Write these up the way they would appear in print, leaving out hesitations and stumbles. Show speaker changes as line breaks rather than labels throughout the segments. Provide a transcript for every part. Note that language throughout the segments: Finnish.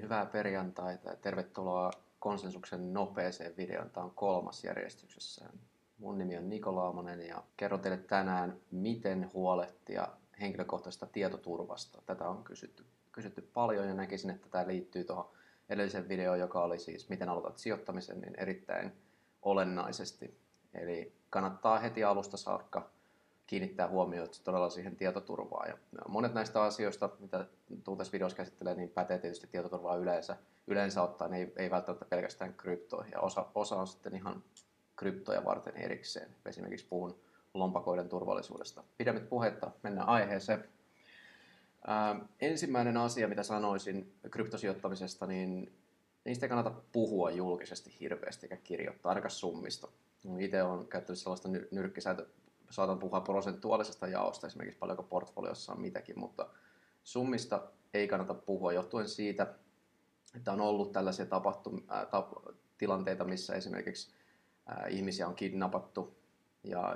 Hyvää perjantaita ja tervetuloa Konsensuksen nopeeseen videoon. Tämä on 3. järjestyksessä. Mun nimi on Niko Laumonen ja kerron teille tänään, miten huolehtia henkilökohtaisesta tietoturvasta. Tätä on kysytty paljon ja näkisin, että tämä liittyy tuohon edelliseen videoon, joka oli siis miten aloitat sijoittamisen, niin erittäin olennaisesti. Eli kannattaa heti alusta saakka kiinnittää huomiota todella siihen tietoturvaan. Ja monet näistä asioista, mitä tuun tässä videossa käsittelee, niin pätee tietysti tietoturvaa yleensä ottaen, ei välttämättä pelkästään kryptoihin. Ja osa on sitten ihan kryptoja varten erikseen. Esimerkiksi puhun lompakoiden turvallisuudesta. Pidemmittä puhetta, mennään aiheeseen. Ensimmäinen asia, mitä sanoisin kryptosijoittamisesta, niin niistä ei kannata puhua julkisesti hirveästi eikä kirjoittaa, ainakaan summista. Itse olen käyttänyt sellaista nyrkkisäätöä, saatan puhua prosentuaalisesta jaosta, esimerkiksi paljonko portfoliossa on mitäkin, mutta summista ei kannata puhua johtuen siitä, että on ollut tällaisia tilanteita, missä esimerkiksi ihmisiä on kidnappattu ja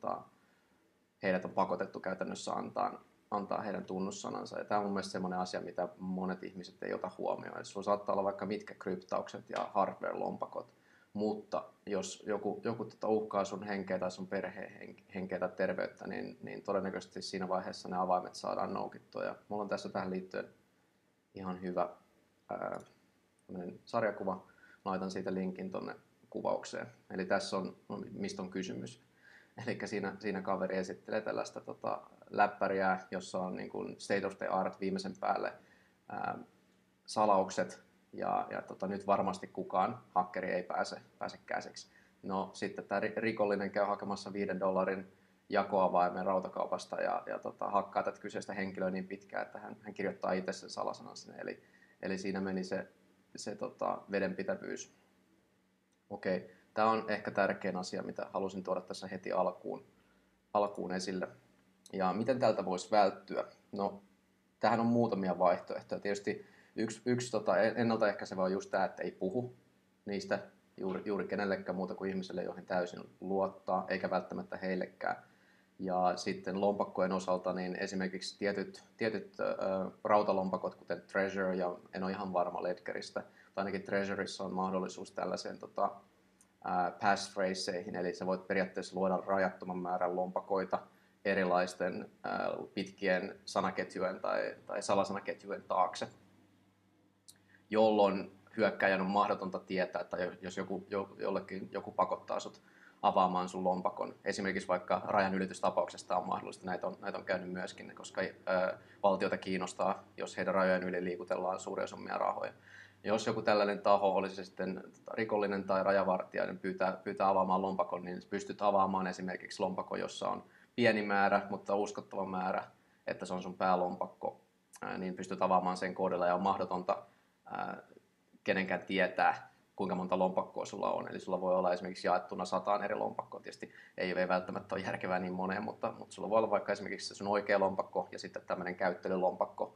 heidät on pakotettu käytännössä antaa heidän tunnussanansa. Ja tämä on mun mielestä semmoinen asia, mitä monet ihmiset ei ota huomioon. Eli sulla saattaa olla vaikka mitkä kryptaukset ja hardware-lompakot, mutta jos joku uhkaa sun henkeä tai sun perheen henkeä tai terveyttä, niin todennäköisesti siinä vaiheessa ne avaimet saadaan noukittua. Ja mulla on tässä tähän liittyen ihan hyvä sarjakuva. Laitan siitä linkin tonne kuvaukseen. Eli tässä on mistä on kysymys. Eli siinä kaveri esittelee tällaista läppäriä, jossa on niin kuin state of the art viimeisen päälle salaukset. Ja nyt varmasti kukaan hakkeri ei pääse käsiksi. No sitten tämä rikollinen käy hakemassa $5 jakoavaimen rautakaupasta ja hakkaa tätä kyseistä henkilöä niin pitkään, että hän kirjoittaa itse sen salasanan sinne. Eli siinä meni se vedenpitävyys. Okei, tämä on ehkä tärkein asia, mitä halusin tuoda tässä heti alkuun esille. Ja miten tältä voisi välttyä? No, tähän on muutamia vaihtoehtoja. Tietysti yksi ennaltaehkäisevä on just tämä, että ei puhu niistä juuri kenellekään muuta kuin ihmiselle, joihin täysin luottaa, eikä välttämättä heillekään. Ja sitten lompakkojen osalta, niin esimerkiksi tietyt rautalompakot, kuten Treasure, ja en ole ihan varma Ledgeristä, mutta ainakin Treasureissa on mahdollisuus tällaiseen passphraseihin, eli sä voit periaatteessa luoda rajattoman määrän lompakoita erilaisten pitkien sanaketjujen tai salasanaketjujen taakse, jolloin hyökkääjän on mahdotonta tietää, että jos joku pakottaa sut avaamaan sun lompakon. Esimerkiksi vaikka rajanylitystapauksesta on mahdollista, näitä on käynyt myöskin, koska valtiota kiinnostaa, jos heidän rajojen yli liikutellaan suuria summia rahoja. Jos joku tällainen taho, olisi se sitten rikollinen tai rajavartija, niin pyytää avaamaan lompakon, niin pystyt avaamaan esimerkiksi lompakon, jossa on pieni määrä, mutta uskottava määrä, että se on sun päälompakko, niin pystyt avaamaan sen koodilla ja on mahdotonta kenenkään tietää, kuinka monta lompakkoa sulla on. Eli sulla voi olla esimerkiksi jaettuna 100 eri lompakkoa. Tietysti ei välttämättä ole järkevää niin moneen, mutta sulla voi olla vaikka esimerkiksi se sun oikea lompakko ja sitten tämmöinen käyttelylompakko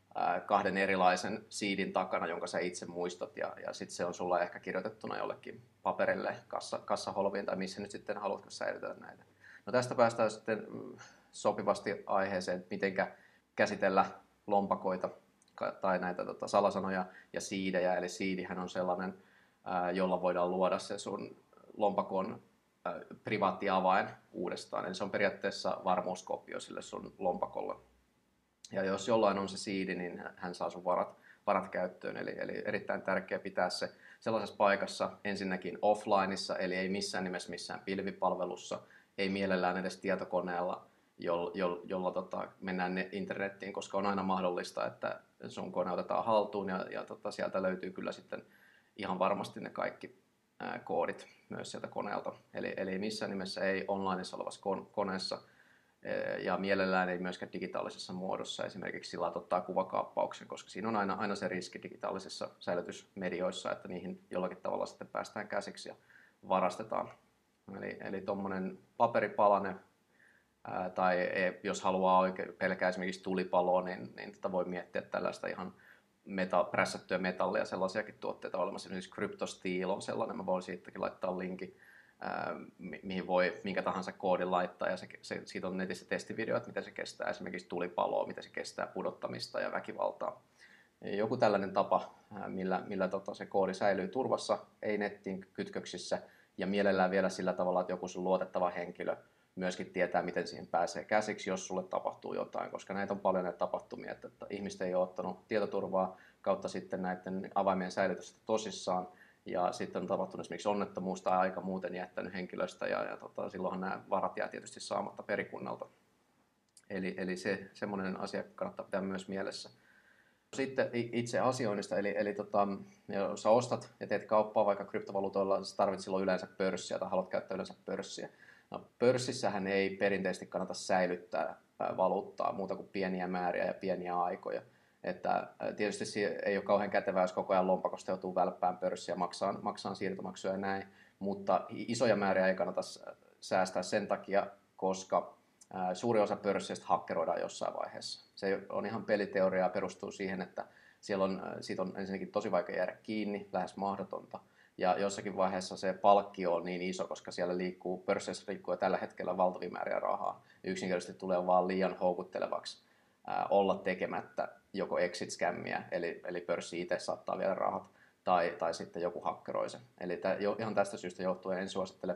2 erilaisen seedin takana, jonka sä itse muistat. Ja sitten se on sulla ehkä kirjoitettuna jollekin paperille, kassaholviin tai missä nyt sitten haluatko säilytellä näitä. No tästä päästään sitten sopivasti aiheeseen, että mitenkä käsitellä lompakoita tai näitä salasanoja ja seedejä. Eli seedihän on sellainen, jolla voidaan luoda se sun lompakon privaatti avain uudestaan. Eli se on periaatteessa varmuuskopio sille sun lompakolle. Ja jos jollain on se seedi, niin hän saa sun varat käyttöön. Eli erittäin tärkeää pitää se sellaisessa paikassa ensinnäkin offlineissa, eli ei missään nimessä missään pilvipalvelussa, ei mielellään edes tietokoneella, jolla mennään internettiin, koska on aina mahdollista, että sun kone otetaan haltuun ja sieltä löytyy kyllä sitten ihan varmasti ne kaikki koodit myös sieltä koneelta. Eli missään nimessä ei onlineissa olevassa koneessa ja mielellään ei myöskään digitaalisessa muodossa esimerkiksi sillä ottaa kuvakaappauksen, koska siinä on aina se riski digitaalisissa säilytysmedioissa, että niihin jollakin tavalla sitten päästään käsiksi ja varastetaan. Eli tuommoinen paperipalane tai jos haluaa pelkää esimerkiksi tulipaloa, niin voi miettiä tällaista ihan prässättyä metallia, sellaisiakin tuotteita olemassa. Esimerkiksi CryptoSteel on sellainen, mä voin siitäkin laittaa linkin, mihin voi minkä tahansa koodin laittaa, ja siitä on netissä testivideoita, miten se kestää esimerkiksi tulipaloa, miten se kestää pudottamista ja väkivaltaa. joku tällainen tapa, millä se koodi säilyy turvassa, ei nettiin kytköksissä ja mielellään vielä sillä tavalla, että joku sun luotettava henkilö myöskin tietää, miten siihen pääsee käsiksi, jos sulle tapahtuu jotain, koska näitä on paljon näitä tapahtumia, että ihmiset ei ole ottanut tietoturvaa kautta sitten näiden avaimien säilytystä tosissaan, ja sitten on tapahtunut esimerkiksi onnettomuus tai aika muuten jättänyt henkilöstä, ja silloinhan nämä varat jää tietysti saamatta perikunnalta. Eli semmoinen asia kannattaa pitää myös mielessä. Sitten itse asioinnista, eli jos sä ostat ja teet kauppaa vaikka kryptovaluutoilla, sä tarvitset silloin yleensä pörssiä tai haluat käyttää yleensä pörssiä. No, pörssissähän ei perinteisesti kannata säilyttää valuuttaa muuta kuin pieniä määriä ja pieniä aikoja. Että tietysti se ei ole kauhean kätevää, jos koko ajan lompakosta joutuu välppään pörssiä, maksaa siirtomaksuja ja näin, mutta isoja määriä ei kannata säästää sen takia, koska suuri osa pörsseistä hakkeroidaan jossain vaiheessa. Se on ihan peliteoriaa, perustuu siihen, että siitä on ensinnäkin tosi vaikea jäädä kiinni, lähes mahdotonta. Ja jossakin vaiheessa se palkkio on niin iso, koska siellä pörsseissä liikkuu jo tällä hetkellä valtavia määriä rahaa. Yksinkertaisesti tulee vaan liian houkuttelevaksi olla tekemättä joko exit-skämmiä, eli pörssi itse saattaa viedä rahat, tai sitten joku hakkeroi se. Eli ihan tästä syystä johtuen en suosittele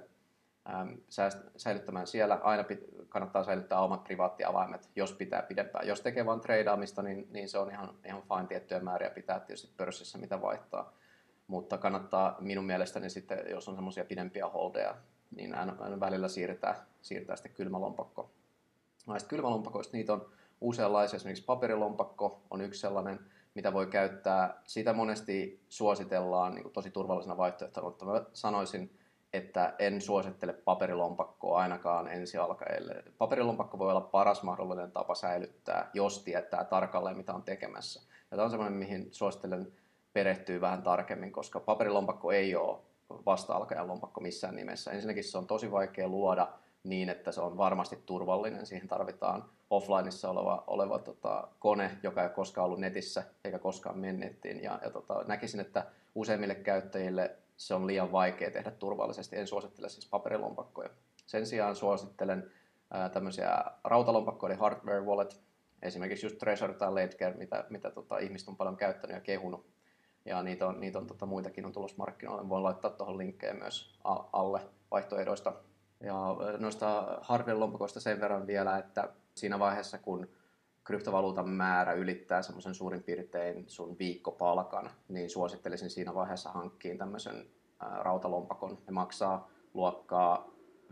säilyttämään siellä. Aina kannattaa säilyttää omat privaattiavaimet, jos pitää pidempään. Jos tekee vain treidaamista, niin se on ihan fine, tiettyjä määriä pitää tietysti pörssissä, mitä vaihtaa. Mutta kannattaa minun mielestäni sitten, jos on semmoisia pidempiä holdeja, niin aina välillä siirtää sitten kylmälompakkoon. Näistä kylmälompakoista niitä on useanlaisia, esimerkiksi paperilompakko on yksi sellainen, mitä voi käyttää. Sitä monesti suositellaan niin kuin tosi turvallisena vaihtoehtona, mutta mä sanoisin, että en suosittele paperilompakkoa ainakaan ensi alkajalle. Paperilompakko voi olla paras mahdollinen tapa säilyttää, jos tietää tarkalleen, mitä on tekemässä. Ja tämä on sellainen, mihin suosittelen perehtyä vähän tarkemmin, koska paperilompakko ei ole vasta-alkajan lompakko missään nimessä. Ensinnäkin se on tosi vaikea luoda niin, että se on varmasti turvallinen. Siihen tarvitaan offlineissa oleva kone, joka ei koskaan ollut netissä eikä koskaan mennettiin. Näkisin, että useimmille käyttäjille se on liian vaikea tehdä turvallisesti. En suosittele siis paperilompakkoja. Sen sijaan suosittelen tämmöisiä rautalompakkoja, eli hardware wallet, esimerkiksi just Trezor tai Ledger, mitä ihmiset on paljon käyttänyt ja kehunut. Ja niitä on muitakin on tulossa markkinoille. Voin laittaa tuohon linkkejä myös alle vaihtoehdoista. Ja noista hardware-lompakoista sen verran vielä, että siinä vaiheessa, kun kryptovaluutan määrä ylittää semmoisen suurin piirtein sun viikkopalkan, niin suosittelisin siinä vaiheessa hankkiin tämmöisen rautalompakon. Ne maksaa luokkaa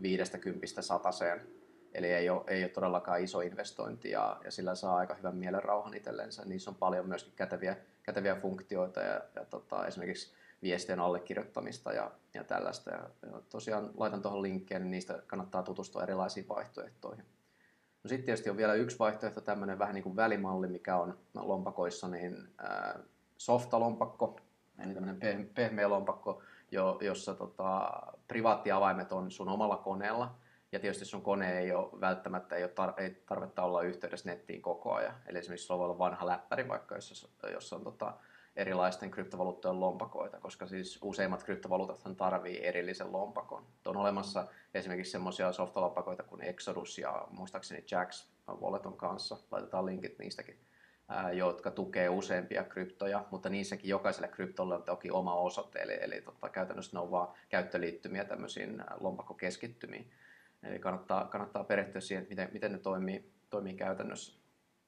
50–100. Eli ei ole todellakaan iso investointi ja sillä saa aika hyvän mielenrauhan itsellensä. Niissä on paljon myöskin käteviä funktioita ja esimerkiksi viestien allekirjoittamista ja tällaista. Ja tosiaan laitan tuohon linkkeen, niin niistä kannattaa tutustua erilaisiin vaihtoehtoihin. No sitten tietysti on vielä yksi vaihtoehto, tämmöinen vähän niin kuin välimalli, mikä on lompakoissa, niin softalompakko, eli tämmöinen pehmeä lompakko, jossa privaattiavaimet on sun omalla koneella. Ja tietysti sun kone ei ole välttämättä, ei tarvetta olla yhteydessä nettiin koko ajan. Eli esimerkiksi sulla voi olla vanha läppäri vaikka, jossa on erilaisten kryptovaluuttojen lompakoita, koska siis useimmat kryptovaluutathan tarvii erillisen lompakon. On olemassa esimerkiksi semmoisia softalompakoita kuin Exodus ja muistaakseni Jax Walleton kanssa, laitetaan linkit niistäkin, jotka tukee useampia kryptoja, mutta niissäkin jokaiselle kryptolle on toki oma osoite, eli käytännössä ne on vaan käyttöliittymiä tämmöisiin lompakkokeskittymiin. Eli kannattaa perehtyä siihen, että miten ne toimii käytännössä.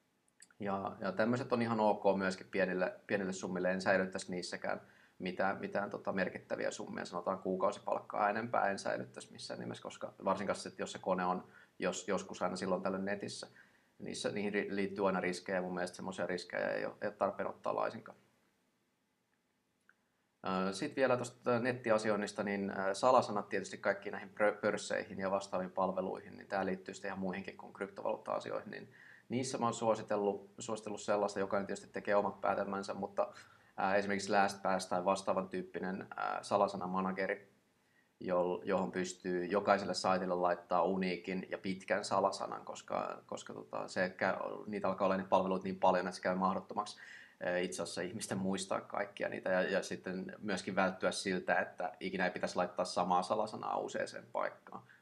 Ja tämmöiset on ihan ok myöskin pienille summille, en säilyttäisi niissäkään mitään merkittäviä summia, sanotaan kuukausipalkkaa enempää en säilyttäisi missään nimessä, koska varsinkaan sitten, jos se kone on joskus aina silloin tällöin netissä, niihin liittyy aina riskejä ja mun mielestä semmoisia riskejä ei ole tarpeen ottaa laisinkaan. Sitten vielä tuosta nettiasioinnista, niin salasanat tietysti kaikkiin näihin pörsseihin ja vastaaviin palveluihin, niin tämä liittyy sitten ihan muihinkin kuin kryptovaluutta-asioihin, niin niissä mä oon suositellut sellaista, jokainen tietysti tekee omat päätelmänsä, mutta esimerkiksi LastPass tai vastaavan tyyppinen salasanamanageri, johon pystyy jokaiselle saitille laittaa uniikin ja pitkän salasanan, koska niitä alkaa olla niitä palveluita niin paljon, että se käy mahdottomaksi itse asiassa ihmisten muistaa kaikkia niitä ja sitten myöskin välttyä siltä, että ikinä ei pitäisi laittaa samaa salasanaa useaseen paikkaan.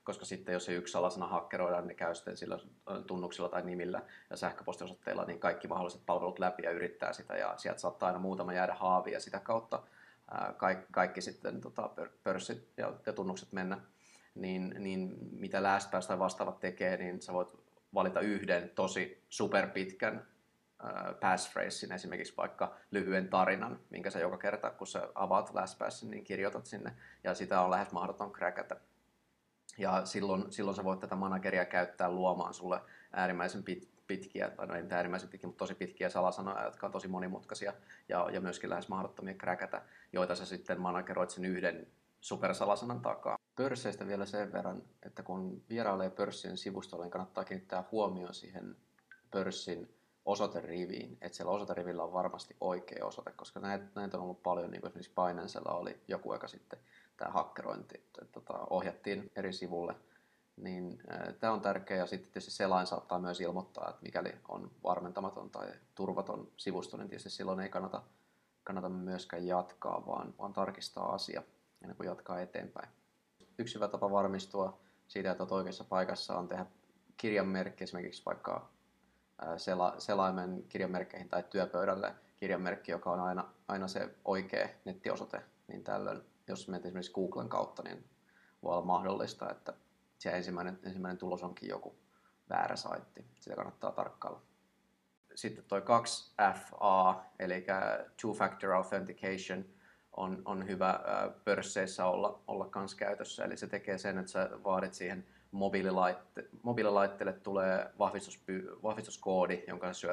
koska sitten jos se yksi salasana hakkeroidaan, niin ne käy sitten sillä tunnuksilla tai nimillä ja sähköpostiosoitteilla niin kaikki mahdolliset palvelut läpi ja yrittää sitä, ja sieltä saattaa aina muutama jäädä haaviin ja sitä kautta kaikki sitten pörssit ja tunnukset mennä. Niin mitä LastPass tai vastaavat tekee, niin sä voit valita yhden tosi superpitkän passphrasein, esimerkiksi vaikka lyhyen tarinan, minkä sä joka kerta, kun sä avaat LastPassin, niin kirjoitat sinne, ja sitä on lähes mahdoton crackata. Ja silloin sä voit tätä manageria käyttää luomaan sulle äärimmäisen pitkiä, tai no ei äärimmäisen pitkiä, mutta tosi pitkiä salasanoja, jotka on tosi monimutkaisia ja myöskin lähes mahdottomia crackata, joita sä sitten manageroit sen yhden supersalasanan takaa. Pörsseistä vielä sen verran, että kun vierailee pörssin sivustolle, niin kannattaa kiinnittää huomioon siihen pörssin osoiteriviin, että siellä osoiterivillä on varmasti oikea osoite, koska näitä on ollut paljon, niin kuin esimerkiksi Binancella oli joku aika sitten tämä hakkerointi, että ohjattiin eri sivulle, niin tämä on tärkeää, ja sitten tietysti selain saattaa myös ilmoittaa, että mikäli on varmentamaton tai turvaton sivusto, niin tietysti silloin ei kannata myöskään jatkaa, vaan tarkistaa asia ennen kuin jatkaa eteenpäin. Yksi hyvä tapa varmistua siitä, että olet oikeassa paikassa, on tehdä kirjanmerkki, esimerkiksi vaikka selaimen kirjanmerkkeihin tai työpöydälle kirjanmerkki, joka on aina se oikea nettiosoite, niin tällöin, jos menet esimerkiksi Googlen kautta, niin voi olla mahdollista, että se ensimmäinen tulos onkin joku väärä saitti. Sitä kannattaa tarkkailla. Sitten toi 2FA, eli Two-Factor Authentication, on hyvä pörsseissä olla kans käytössä. Eli se tekee sen, että sä vaadit siihen mobiililaitteelle tulee vahvistuskoodi, jonka sä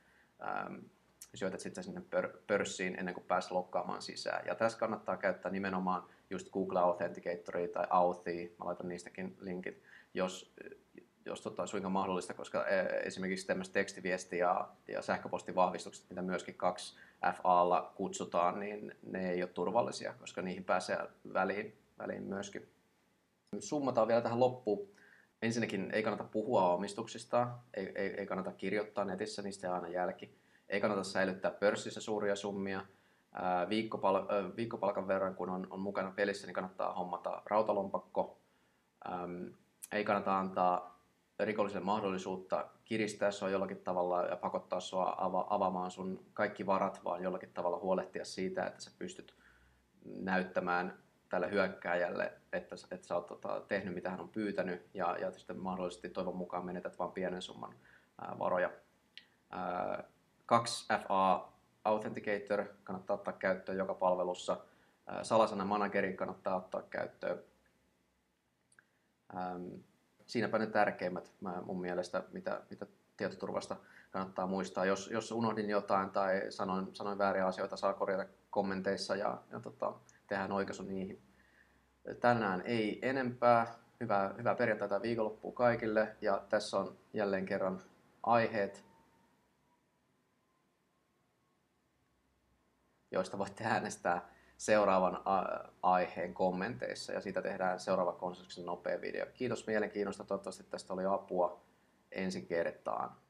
syötät sitten sinne pörssiin ennen kuin pääset loggaamaan sisään. Ja tässä kannattaa käyttää nimenomaan just Google Authenticatoria tai Authia, mä laitan niistäkin linkit, jos suinkaan mahdollista, koska esimerkiksi tämmöiset tekstiviesti- ja sähköpostivahvistukset, mitä myöskin 2FA:lla kutsutaan, niin ne ei ole turvallisia, koska niihin pääsee väliin myöskin. Summataan vielä tähän loppuun. Ensinnäkin ei kannata puhua omistuksista, ei kannata kirjoittaa netissä, niistä aina jälki. Ei kannata säilyttää pörssissä suuria summia. Viikkopalkan verran, kun on mukana pelissä, niin kannattaa hommata rautalompakko. Ei kannata antaa rikolliselle mahdollisuutta kiristää sua jollakin tavalla ja pakottaa sua avaamaan sun kaikki varat, vaan jollakin tavalla huolehtia siitä, että sä pystyt näyttämään tälle hyökkääjälle, että sä oot tehnyt mitä hän on pyytänyt, ja sitten mahdollisesti toivon mukaan menetät vain pienen summan varoja. 2FA Authenticator kannattaa ottaa käyttöön joka palvelussa. Salasana manageri kannattaa ottaa käyttöön. Siinäpä ne tärkeimmät mun mielestä, mitä tietoturvasta kannattaa muistaa. Jos unohdin jotain tai sanoin vääriä asioita, saa korjata kommenteissa ja tehdään oikaisu niihin. Tänään ei enempää. Hyvää perjantaita ja viikonloppua kaikille. Ja tässä on jälleen kerran aiheet, joista voitte äänestää seuraavan aiheen kommenteissa, ja siitä tehdään seuraava konsensuksen nopea video. Kiitos mielenkiinnosta, toivottavasti tästä oli apua ensi kertaan.